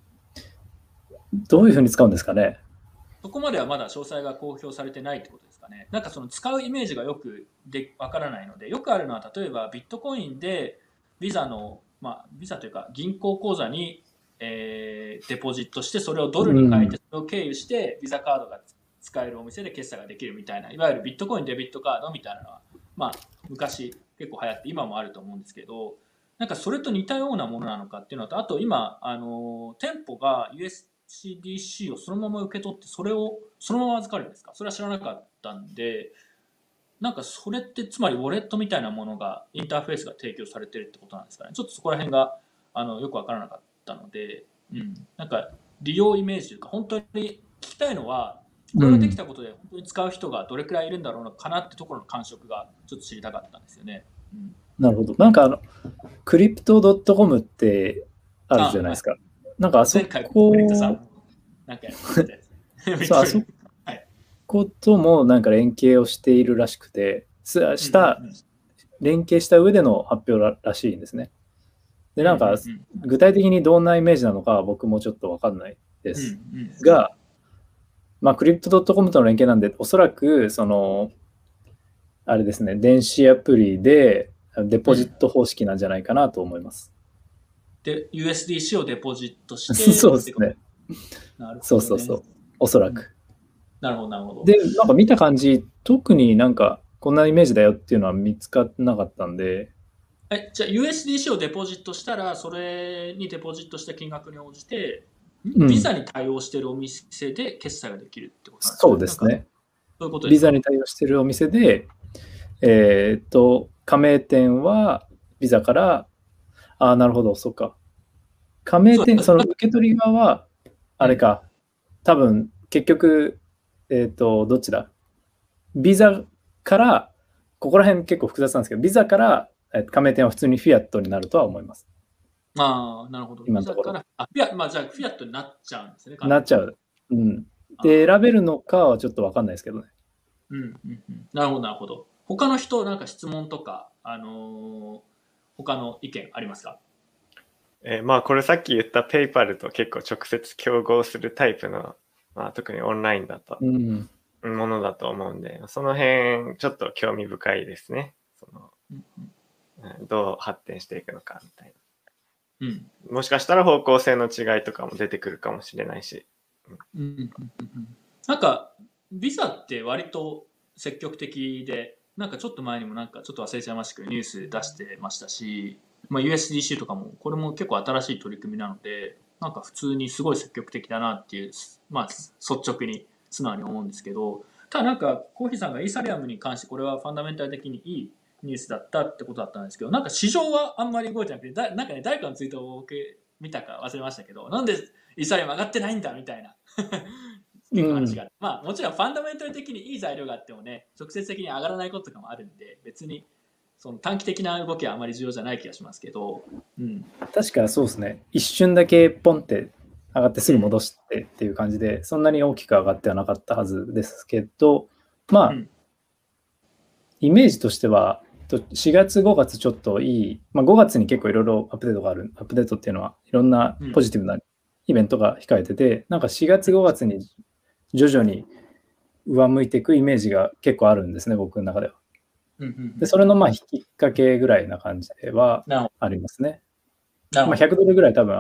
C: どういうふうに使うんですかね。
A: そこまではまだ詳細が公表されてないってことですかね。なんかその使うイメージがよくでわからないので、よくあるのは例えばビットコインでビザの、まあ、ビザというか銀行口座に、えー、デポジットしてそれをドルに変えてそれを経由してビザカードが使えるお店で決済ができるみたいな、いわゆるビットコインデビットカードみたいなのは、まあ、昔結構流行って今もあると思うんですけど、なんかそれと似たようなものなのかっていうのと、あと今あの店舗が ユーエスディーシー をそのまま受け取ってそれをそのまま預かるんですか。それは知らなかったんで、なんかそれってつまりウォレットみたいなものがインターフェースが提供されてるってことなんですかね。ちょっとそこら辺があのよく分からなかったので、うん、なんか利用イメージというか、本当に聞きたいのはこれができたことで本当に使う人がどれくらいいるんだろうなかなってところの感触がちょっと知りたかったんですよね。うん、
C: なるほど。なんかあのクリプト .com ってあるじゃないですか。なんかあそこ
A: なんか
C: そうあそこともなんか連携をしているらしくて、した連携した上での発表 ら, らしいんですね。でなんか具体的にどんなイメージなのかは僕もちょっと分かんないですが、まあクリプト .com との連携なんでおそらくそのあれですね、電子アプリでデポジット方式なんじゃないかなと思います。
A: で ユーエスディーシー をデポジットして
C: そうですね。
A: なるほどね。
C: そうそうそう。おそらく。
A: なるほどなるほど。
C: でなんか見た感じ特になんかこんなイメージだよっていうのは見つかってなかったんで。
A: えじゃあ ユーエスディーシー をデポジットしたらそれにデポジットした金額に応じて、うん、ビザに対応しているお店で決済ができるってことなんですか。
C: そうですね。
A: そういうことですか。
C: ビザに対応しているお店で、えー、っと加盟店はビザから、ああなるほど、そうか。加盟店、その受け取り側はあれか、多分結局えっとどっちだ。ビザからここら辺結構複雑なんですけど、ビザから加盟店は普通にフィアットになるとは思います。
A: ああ、なるほど。
C: 今のところ。
A: あ、フィア、まあじゃあフィアットになっちゃうんですね。
C: なっちゃう。うん。で、選べるのかはちょっと分かんないですけどね。
A: うんうんうん。なるほど、なるほど。他の人、なんか質問とか、あのー、他の意見ありますか？
D: えー、まあこれさっき言ったペイパルと結構直接競合するタイプの、まあ、特にオンラインだと、
C: うん
D: ものだと思うんで、その辺ちょっと興味深いですね。その、うんうん、どう発展していくのかみたいな、うん、もしかしたら方向性の違いとかも出てくるかもしれないし、
A: うんうんうんうん、なんかビザって割と積極的で、なんかちょっと前にもなんかちょっと忘れちゃいましたけどニュース出してましたし、まあ、ユーエスディーシー とかもこれも結構新しい取り組みなので、なんか普通にすごい積極的だなっていう、まあ率直に素直に思うんですけど、ただなんかコーヒーさんがイーサリアムに関してこれはファンダメンタル的にいいニュースだったってことだったんですけど、なんか市場はあんまり動いてなくて、だなんかね誰かのツイートを見たか忘れましたけど、なんでイーサリアム上がってないんだみたいな結構話がある、うん、まあもちろんファンダメンタル的にいい材料があってもね、直接的に上がらないこととかもあるんで、別にその短期的な動きはあまり重要じゃない気がしますけど、うん、
C: 確かそうですね。一瞬だけポンって上がってすぐ戻してっていう感じで、そんなに大きく上がってはなかったはずですけど、まあ、うん、イメージとしてはしがつごがつちょっといい、まあ、ごがつに結構いろいろアップデートがある、アップデートっていうのはいろんなポジティブなイベントが控えてて、うん、なんかしがつごがつに徐々に上向いていくイメージが結構あるんですね、僕の中では。でそれのまあ引きかけぐらいな感じではありますね。まあ、ひゃくドルぐらい多分上がっ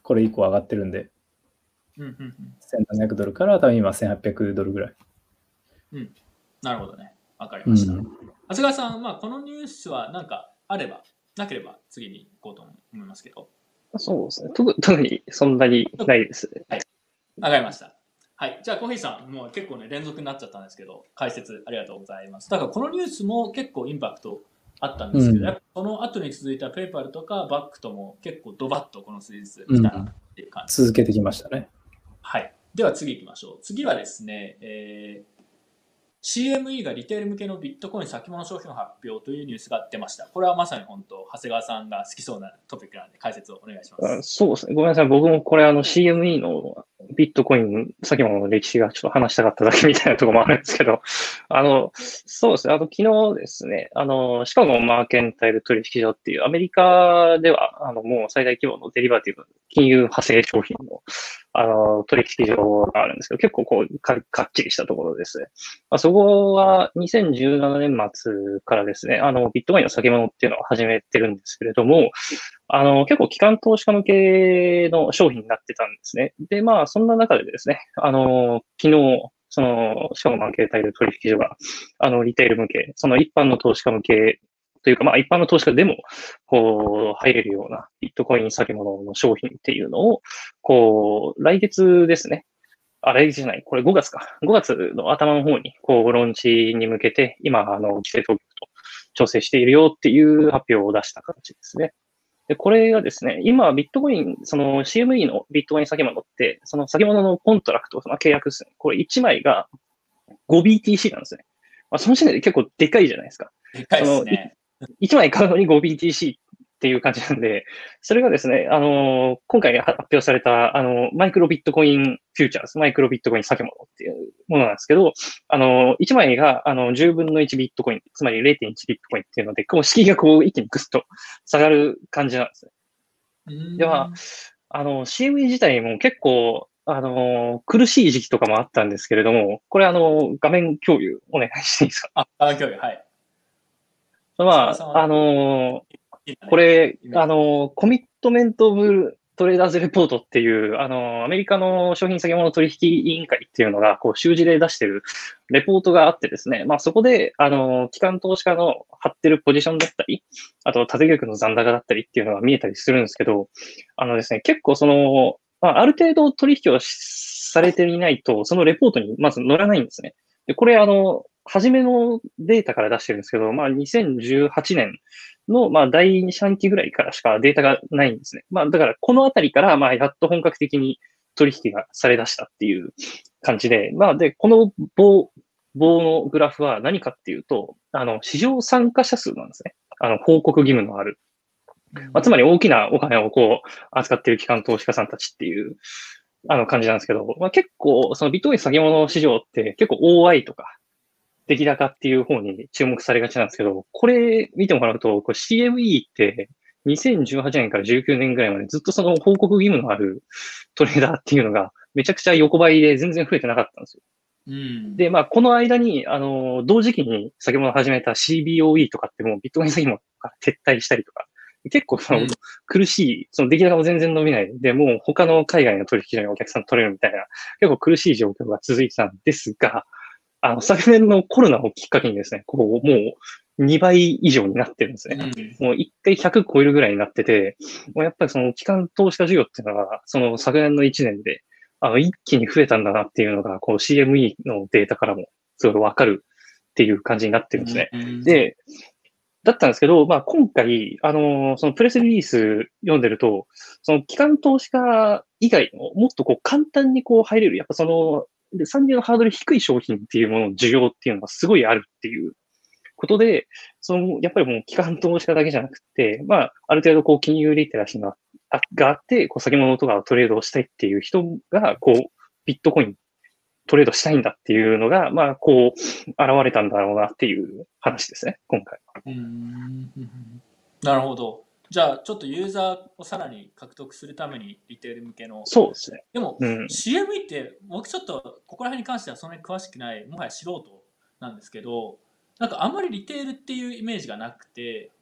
C: これ以降上がってるんで、
A: うんうんうん。
C: せんななひゃくドルから多分今せんはっぴゃくドルぐらい。
A: うん。なるほどね。わかりました。
C: うん、
A: 長谷川さん、まあ、このニュースは何かあれば、なければ次に行こうと思いますけど。
B: そうですね。特特にそんなにないですね。
A: はい。わかりました。はい。じゃあ、コーヒーさん、もう結構ね、連続になっちゃったんですけど、解説ありがとうございます。だから、このニュースも結構インパクトあったんですけど、
C: うん
A: やっぱその後に続いたペイパルとかバックとも結構ドバッとこの数日
C: うん、
A: 来たなっていう感じ。
C: 続けてきましたね。
A: はい。では次行きましょう。次はですね、えー シーエムイー がリテール向けのビットコイン先物商品の発表というニュースが出ました。これはまさに本当、長谷川さんが好きそうなトピックなので解説をお願いしま
B: あ
A: す。
B: そうですね。ごめんなさい。僕もこれあの シーエムイー のビットコイン先物の歴史がちょっと話したかっただけみたいなところもあるんですけど、あの、そうですね。あと昨日ですね、あの、シカゴマーケンタイル取引所っていうアメリカではあのもう最大規模のデリバティブ金融派生商品のあの取引所があるんですけど、結構こうかかっちりしたところですね。まあ、そこはにせんじゅうななねん末からですね、あのビットコインの先物っていうのを始めてるんですけれども、あの、結構機関投資家向けの商品になってたんですね。で、まあ、そんな中でですね、あの、昨日、その、シカゴマーケット取引所が、あの、リテール向け、その一般の投資家向けというか、まあ、一般の投資家でも、こう、入れるようなビットコイン先物の商品っていうのを、こう、来月ですね。あ、来月じゃない、これごがつか。ごがつの頭の方に、こう、ローンチに向けて、今、あの、規制当局と調整しているよっていう発表を出した形ですね。で、これがですね、今、ビットコイン、その シーエムイー のビットコイン先物って、その先物のコントラクト、まあ、契約ですね。これいちまいが ごビーティーシー なんですね。まあ、その時点で結構でかいじゃないですか。
A: でかいですね。
B: いちまい買うのに ごビーティーシー っていう感じなんで、それがですね、あのー今回発表された、あの、マイクロビットコインフューチャーズ、マイクロビットコイン先物っていうものなんですけど、あのー、いちまいが、あの、じゅうぶんのいちビットコイン、つまり れいてんいちビットコインっていうので、こう、敷居がこう、一気にグッと下がる感じなんですね。では、あの、シーエムイー 自体も結構、あの、苦しい時期とかもあったんですけれども、これあの、画面共有お願いしていいですか？
A: あ、画面共有、はい。
B: まあ、あの、これ、あの、コミットメントオブトレーダーズレポートっていう、あの、アメリカの商品先物取引委員会っていうのが、こう、週次で出してるレポートがあってですね、まあ、そこで、あの、機関投資家の張ってるポジションだったり、あと、縦玉の残高だったりっていうのが見えたりするんですけど、あのですね、結構その、まあ、ある程度取引をされていないと、そのレポートにまず載らないんですね。で、これ、あの、初めのデータから出してるんですけど、まあ、にせんじゅうはちねんの、まあ、だいに四半期ぐらいからしかデータがないんですね。まあ、だから、このあたりから、まあ、やっと本格的に取引がされ出したっていう感じで、まあ、で、この棒、棒のグラフは何かっていうと、あの、市場参加者数なんですね。あの、報告義務のある。まあ、つまり大きなお金をこう、扱っている機関投資家さんたちっていう、あの感じなんですけど、まあ、結構、そのビットコイン先物市場って結構 オーアイ とか、出来高っていう方に注目されがちなんですけど、これ見てもらうと、これ シーエムイー ってにせんじゅうはちねんからじゅうきゅうねんぐらいまでずっとその報告義務のあるトレーダーっていうのがめちゃくちゃ横ばいで全然増えてなかったんですよ。
A: うん、
B: で、まあ、この間に、あの、同時期に先物始めた シービーオーイー とかってもうビットコイン先物から撤退したりとか、結構その、苦しい、その出来高も全然伸びない。で、もう他の海外の取引所にお客さん取れるみたいな、結構苦しい状況が続いてたんですが、あの、昨年のコロナをきっかけにですね、こう、もうにばい以上になってるんですね。うん、もう一回ひゃく超えるぐらいになってて、もうやっぱりその機関投資家需要っていうのが、その昨年のいちねんで、あの、一気に増えたんだなっていうのが、こう シーエムイー のデータからもすごいわかるっていう感じになってるんですね。うん、で、だったんですけど、まあ今回、あの、そのプレスリリース読んでると、その機関投資家以外のもっとこう簡単にこう入れる、やっぱその、で、参入のハードル低い商品っていうものの需要っていうのがすごいあるっていうことで、その、やっぱりもう機関投資家だけじゃなくて、まあ、ある程度こう金融リテラシーががあって、こう先物とかをトレードをしたいっていう人が、こう、ビットコイントレードしたいんだっていうのが、まあ、こう、現れたんだろうなっていう話ですね、今回は。
A: うーん、なるほど。じゃあ、ちょっとユーザーをさらに獲得するためにリテール向けの。
B: そうですね。
A: でも、
B: うん、
A: シーエムイー って僕ちょっとここら辺に関してはそんなに詳しくない、もはや素人なんですけど、なんかあんまりリテールっていうイメージがなくて、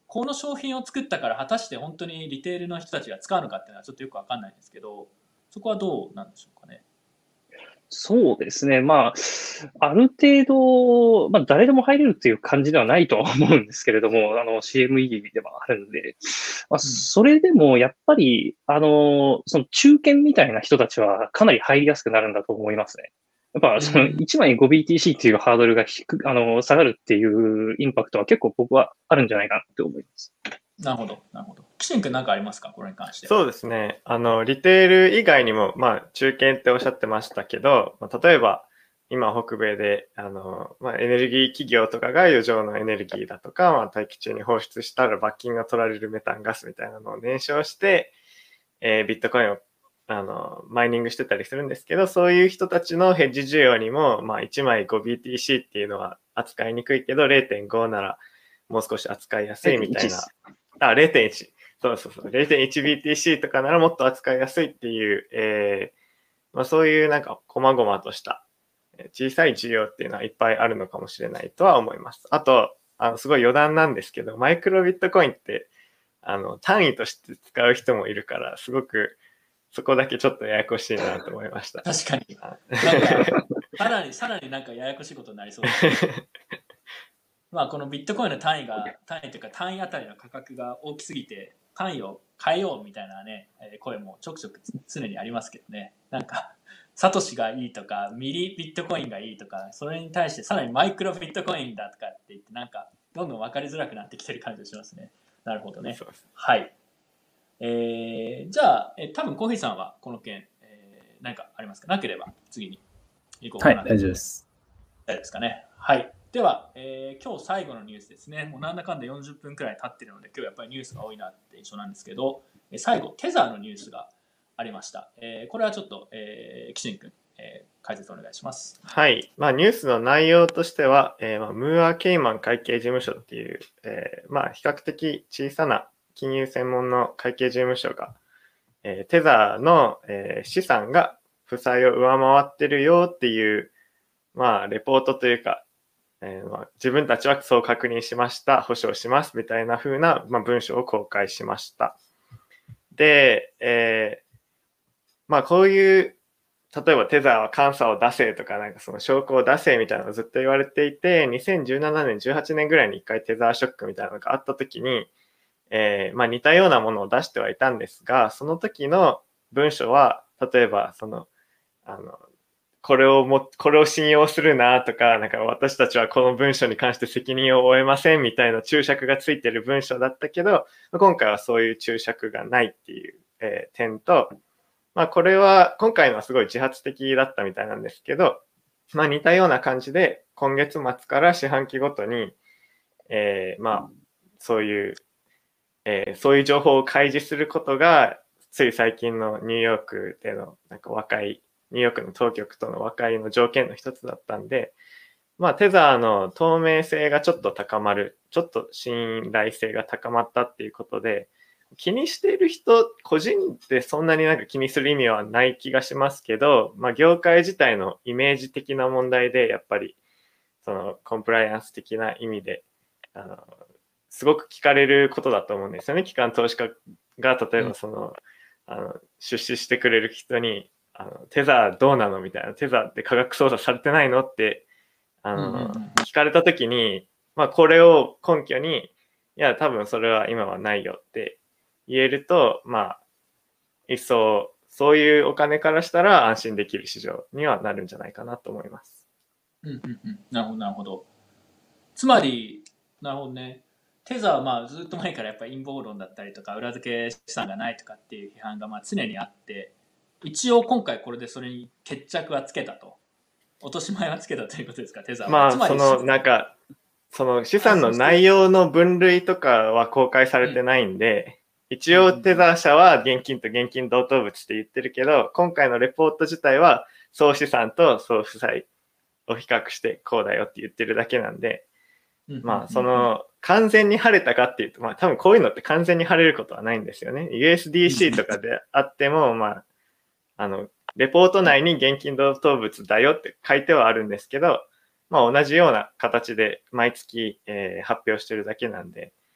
A: この商品を作ったから果たして本当にリテールの人たちが使うのかっていうのはちょっとよくわかんないんですけど、そこはどうなんでしょうかね。
B: そうですね。まあ、ある程度、まあ、誰でも入れるっていう感じではないとは思うんですけれども、あの、シーエムイー ではあるので、まあ、それでも、やっぱり、あの、その中堅みたいな人たちはかなり入りやすくなるんだと思いますね。やっぱ、そのいちまい ごビーティーシー っていうハードルが低く、あの、下がるっていうインパクトは結構僕はあるんじゃないかなって思います。
A: なるほど、なるほど。岸君何かありますか、これに関して。
D: そうですね。あの、リテール以外にも、まあ、中堅っておっしゃってましたけど、まあ、例えば、今、北米で、あの、まあ、エネルギー企業とかが余剰のエネルギーだとか、まあ、大気中に放出したら罰金が取られるメタンガスみたいなのを燃焼して、えー、ビットコインを、あの、マイニングしてたりするんですけど、そういう人たちのヘッジ需要にも、まあ、いちまい ごビーティーシー っていうのは扱いにくいけど、れいてんご ならもう少し扱いやすいみたいな。あ、れいてんいち。そうそうそう。れいてんいちビーティーシー とかならもっと扱いやすいっていう、えーまあ、そういうなんか細々とした小さい需要っていうのはいっぱいあるのかもしれないとは思います。あと、あのすごい余談なんですけど、マイクロビットコインってあの単位として使う人もいるから、すごくそこだけちょっとややこしいなと思いました。
A: 確かに。なんかさらにさらになんかややこしいことになりそうですね。まあこのビットコインの単位が単位というか単位あたりの価格が大きすぎて単位を変えようみたいなね声もちょくちょく常にありますけどね。なんかサトシがいいとかミリビットコインがいいとか、それに対してさらにマイクロビットコインだとかって言ってなんかどんどん分かりづらくなってきてる感じがしますね。なるほどね。はい。えー、じゃあえ多分コーヒーさんはこの件、えー、何かありますか。なければ次に行こうかな。
C: はい、大丈夫です。
A: 大丈夫ですかね。はい。では、えー、今日最後のニュースですね。もうなんだかんだよんじゅっぷんくらい経ってるので、今日やっぱりニュースが多いなって印象なんですけど、最後、テザーのニュースがありました。えー、これはちょっと、えー、岸君、えー、解説お願いします。
D: はい。まあ、ニュースの内容としては、えーまあ、ムーア・ケイマン会計事務所っていう、えーまあ、比較的小さな金融専門の会計事務所が、えー、テザーの、えー、資産が負債を上回ってるよっていう、まあ、レポートというか、えーまあ、自分たちはそう確認しました、保証しますみたいな風な、まあ、文章を公開しました。で、えー、まあこういう、例えばテザーは監査を出せとか、なんかその証拠を出せみたいなのをずっと言われていて、にせんじゅうななねん、じゅうはちねんぐらいに一回テザーショックみたいなのがあった時に、えー、まあ似たようなものを出してはいたんですが、その時の文書は、例えばその、あの、これをも、これを信用するなとか、なんか私たちはこの文書に関して責任を負えませんみたいな注釈がついてる文書だったけど、今回はそういう注釈がないっていう、えー、点と、まあこれは今回のはすごい自発的だったみたいなんですけど、まあ似たような感じで今月末から四半期ごとに、えー、まあそういう、えー、そういう情報を開示することが、つい最近のニューヨークでのなんか和解、ニューヨークの当局との和解の条件の一つだったんで、まあテザーの透明性がちょっと高まる、ちょっと信頼性が高まったっていうことで、気にしている人、個人でそんなになんか気にする意味はない気がしますけど、まあ業界自体のイメージ的な問題で、やっぱりそのコンプライアンス的な意味で、あの、すごく聞かれることだと思うんですよね。機関投資家が例えばその、うん、あの出資してくれる人に、あのテザーどうなのみたいな、テザーって科学操作されてないのってあの、うんうんうん、聞かれたときに、まあこれを根拠に、いや多分それは今はないよって言えると、まあ一層そういうお金からしたら安心できる市場にはなるんじゃないかなと思います。
A: うんうんうん、なるほどなるほど。つまりなるほどね。テザーはまあずっと前からやっぱり陰謀論だったりとか裏付け資産がないとかっていう批判がまあ常にあって、一応今回これでそれに決着はつけたと、落とし前はつけたということですか、テザーは。
D: まあつまりそのなんかその資産の内容の分類とかは公開されてないんで、うん、一応テザー社は現金と現金同等物って言ってるけど、今回のレポート自体は総資産と総負債を比較してこうだよって言ってるだけなんで、まあその完全に晴れたかっていうと、まあ多分こういうのって完全に晴れることはないんですよね。ユーエスディーシー とかであっても、まあ、あの、レポート内に現金同等物だよって書いてはあるんですけど、まあ同じような形で毎月、えー、発表してるだけなんで、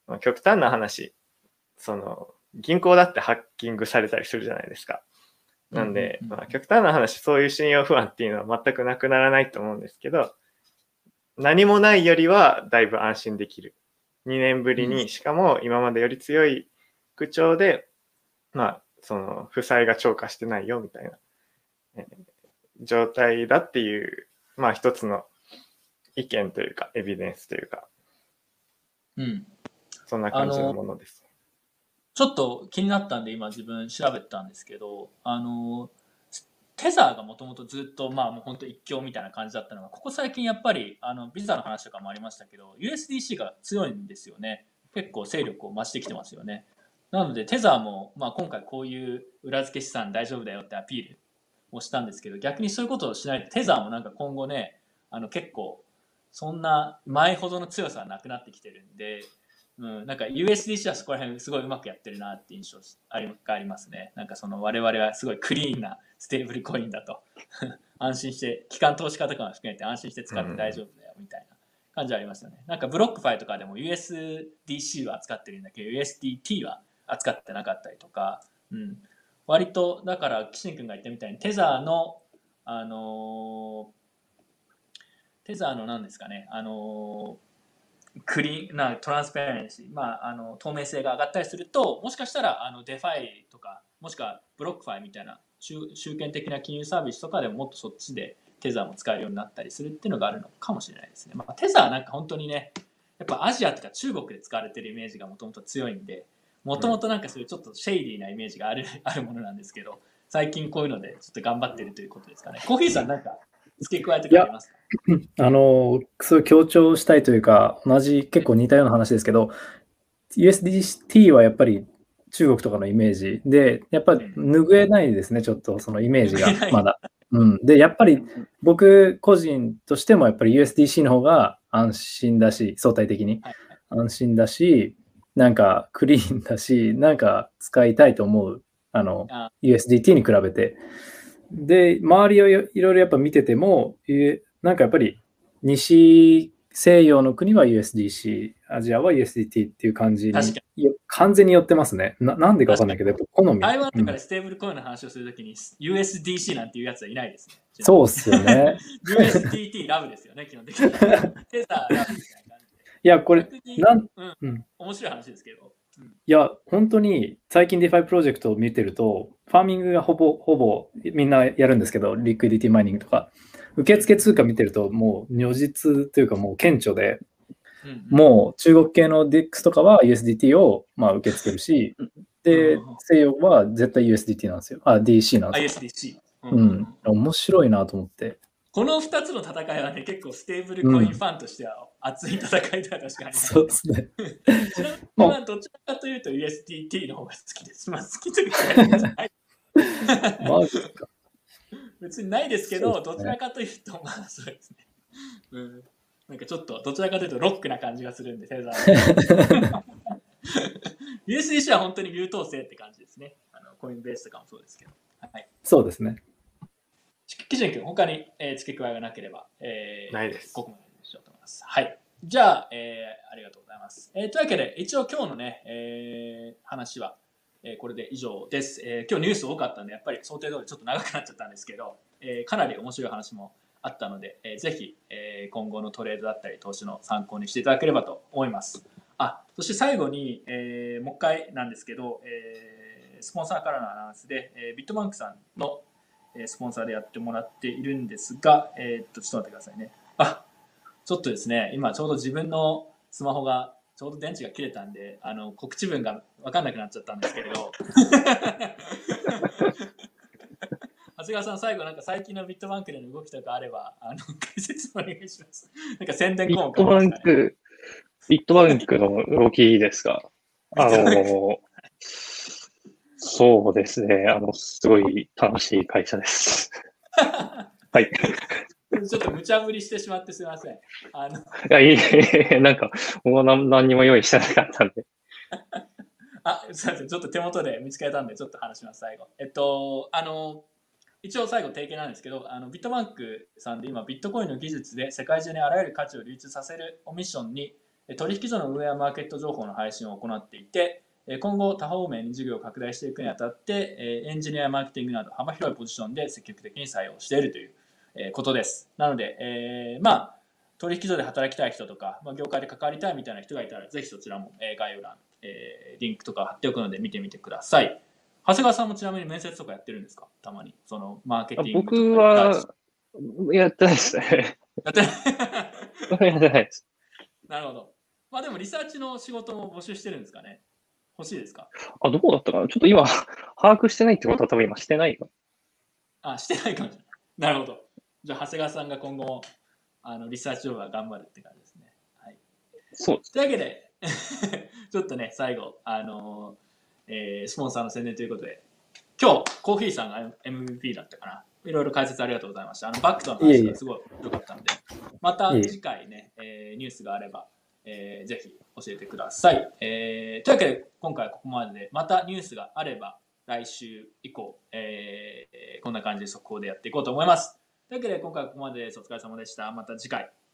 D: まあ、極端な話、その銀行だってハッキングされたりするじゃないですか。なんで、まあ、極端な話、そういう信用不安っていうのは全くなくならないと思うんですけど、何もないよりはだいぶ安心できる。にねんぶりに、しかも今までより強い口調で、まあ、その負債が超過してないよみたいな、えー、状態だっていう、まあ一つの意見というか、エビデンスというか、
A: うん、
D: そんな感じのものです。
A: ちょっと気になったんで今自分調べてたんですけど、あのテザーがもともとずっとまあもう本当一強みたいな感じだったのが、ここ最近やっぱりあのビザの話とかもありましたけど ユーエスディーシー が強いんですよね。結構勢力を増してきてますよね。なのでテザーも、まあ、今回こういう裏付け資産大丈夫だよってアピールをしたんですけど、逆にそういうことをしないとテザーもなんか今後ね、あの結構そんな前ほどの強さはなくなってきてるんで、うん、なんか ユーエスディーシー はそこら辺すごいうまくやってるなって印象ありがありますね。なんかその我々はすごいクリーンなステーブルコインだと安心して機関投資家とかも含めて安心して使って大丈夫だよみたいな感じありますよね。なんかブロックファイとかでも ユーエスディーシー は扱ってるんだけど ユーエスディーティー は扱ってなかったりとか、うん、割とだから岸君が言ったみたいにテザーのあのー、テザーの何ですかね、あのークリーンなトランスペレンシー、まあ、あの透明性が上がったりすると、もしかしたらあのデファイとかもしくはブロックファイみたいな集権的な金融サービスとかでももっとそっちでテザーも使えるようになったりするっていうのがあるのかもしれないですね。まあ、テザーなんか本当にね、やっぱアジアとか中国で使われてるイメージがもともと強いんで、もともとなんかそういうちょっとシェイディーなイメージがあるあるものなんですけど、最近こういうのでちょっと頑張ってるということですかね。コーヒーさんなんか付け加えてくれますか？
C: あの、そう強調したいというか、同じ結構似たような話ですけど、ユーエスディーティー はやっぱり中国とかのイメージで、やっぱり拭えないですね、ちょっとそのイメージがまだ。うん、で、やっぱり僕個人としてもやっぱり ユーエスディーシー の方が安心だし、相対的に安心だし、なんかクリーンだし、なんか使いたいと思う、あの、ユーエスディーティー に比べて。で、周りをいろいろやっぱ見てても、なんかやっぱり西西洋の国は ユーエスディーシー、アジアは ユーエスディーティー っていう感じに完全に寄ってますね。な, なんでか分かんないけど、やっぱ好み。
A: 台湾とかでステーブルコインの話をするときに、うん、ユーエスディーシー なんていうやつはいないですね。
C: そうっすよね。
A: ユーエスディーティー ラブですよね、基本的に。テザーラブみたいな感じで。
C: いや、これ、
A: なん、うんうん、面白い話ですけど。
C: うん、いや、本当に最近 DeFi プロジェクトを見てると、ファーミングがほぼほぼみんなやるんですけど、リクイディティマイニングとか、受付通貨見てると、もう如実というかもう顕著で、うんうん、もう中国系の ディーエックス とかは ユーエスディーティー をまあ受け付けるし、で、西洋は絶対 ユーエスディーティー なんですよ。あ、ディーシー なんですよ。
A: ユーエスディーシー。
C: うん、うん。面白いなと思って。
A: このふたつの戦いはね、結構ステーブルコインファンとしては熱い戦いでは確かに、ね、
C: うん、そうですね。
A: まあ、どちらかというと ユーエスディーティー の方が好きです。まあ、好きというかじゃない。
C: マジか。
A: 別にないですけど、ね、どちらかというと、まあそうですね。うん。なんかちょっと、どちらかというとロックな感じがするんで、テザー。ユーエスディーシー は本当に優等生って感じですね。あのコインベースとかもそうですけど。はい、
C: そうですね。
A: 基準君、他に、えー、付け加えがなければ、えー、
D: ないです。
A: ここまでにしようと思います。はい。じゃあ、えー、ありがとうございます。えー、というわけで、一応今日のね、えー、話は、えー、これで以上です、えー。今日ニュース多かったんで、やっぱり想定通りちょっと長くなっちゃったんですけど、えー、かなり面白い話もあったので、えー、ぜひ、えー、今後のトレードだったり投資の参考にしていただければと思います。あ、そして最後に、えー、もう一回なんですけど、えー、スポンサーからのアナウンスで、えー、ビットバンクさんのスポンサーでやってもらっているんですが、えー、っと、ちょっと待ってくださいね。あ、ちょっとですね、今ちょうど自分のスマホがちょうど電池が切れたんで、あの告知文が分かんなくなっちゃったんですけれど。長谷川さん、最後なんか最近のビットバンクでの動きとかあれば、あの解説お願いします。なんか宣伝項目、ね、
B: ビットバンク、ビットバンクの動きですか。あの、そうですね。あの、すごい楽しい会社です。はい。
A: ちょっと無茶ぶりしてしまってすみません。あのい
B: や、いい、なんか、もう何何にも用意してなかったんで。
A: あ、すみません。ちょっと手元で見つけたんで、ちょっと話します、最後。えっと、あの、一応最後提携なんですけど、あのビットバンクさんで今、ビットコインの技術で世界中にあらゆる価値を流通させるをミッションに、 取引所の運営やマーケット情報の配信を行っていて、今後多方面に事業を拡大していくにあたってエンジニアやマーケティングなど幅広いポジションで積極的に採用しているということです。なので、えー、まあ取引所で働きたい人とか、まあ、業界で関わりたいみたいな人がいたらぜひそちらも概要欄、えー、リンクとか貼っておくので見てみてください。長谷川さんもちなみに面接とかやってるんですか？たまにそのマーケティングとか。
B: 僕はやってないですね。
A: やってない
B: 僕はやってないです。
A: なるほど。まあでもリサーチの仕事も募集してるんですかね。欲しいですか？
B: あ、どこだったかな、ちょっと今、把握してないってことは多分今してないよ。
A: あ、してないかもしれない。なるほど。じゃあ長谷川さんが今後もあのリサーチを頑張るって感じですね。はい、
B: そうです。
A: というわけで、ちょっとね、最後、あのえー、スポンサーの宣伝ということで、今日、コーヒーさんが エムブイピー だったかな。いろいろ解説ありがとうございました。あのバックとの話がすごい良かったので、また次回ね、えー、ニュースがあれば、えー、ぜひ教えてください。えー、というわけで、今回はここまでで、またニュースがあれば、来週以降、えー、こんな感じで速報でやっていこうと思います。というわけで、今回はここまでです。お疲れ様でした。また次回。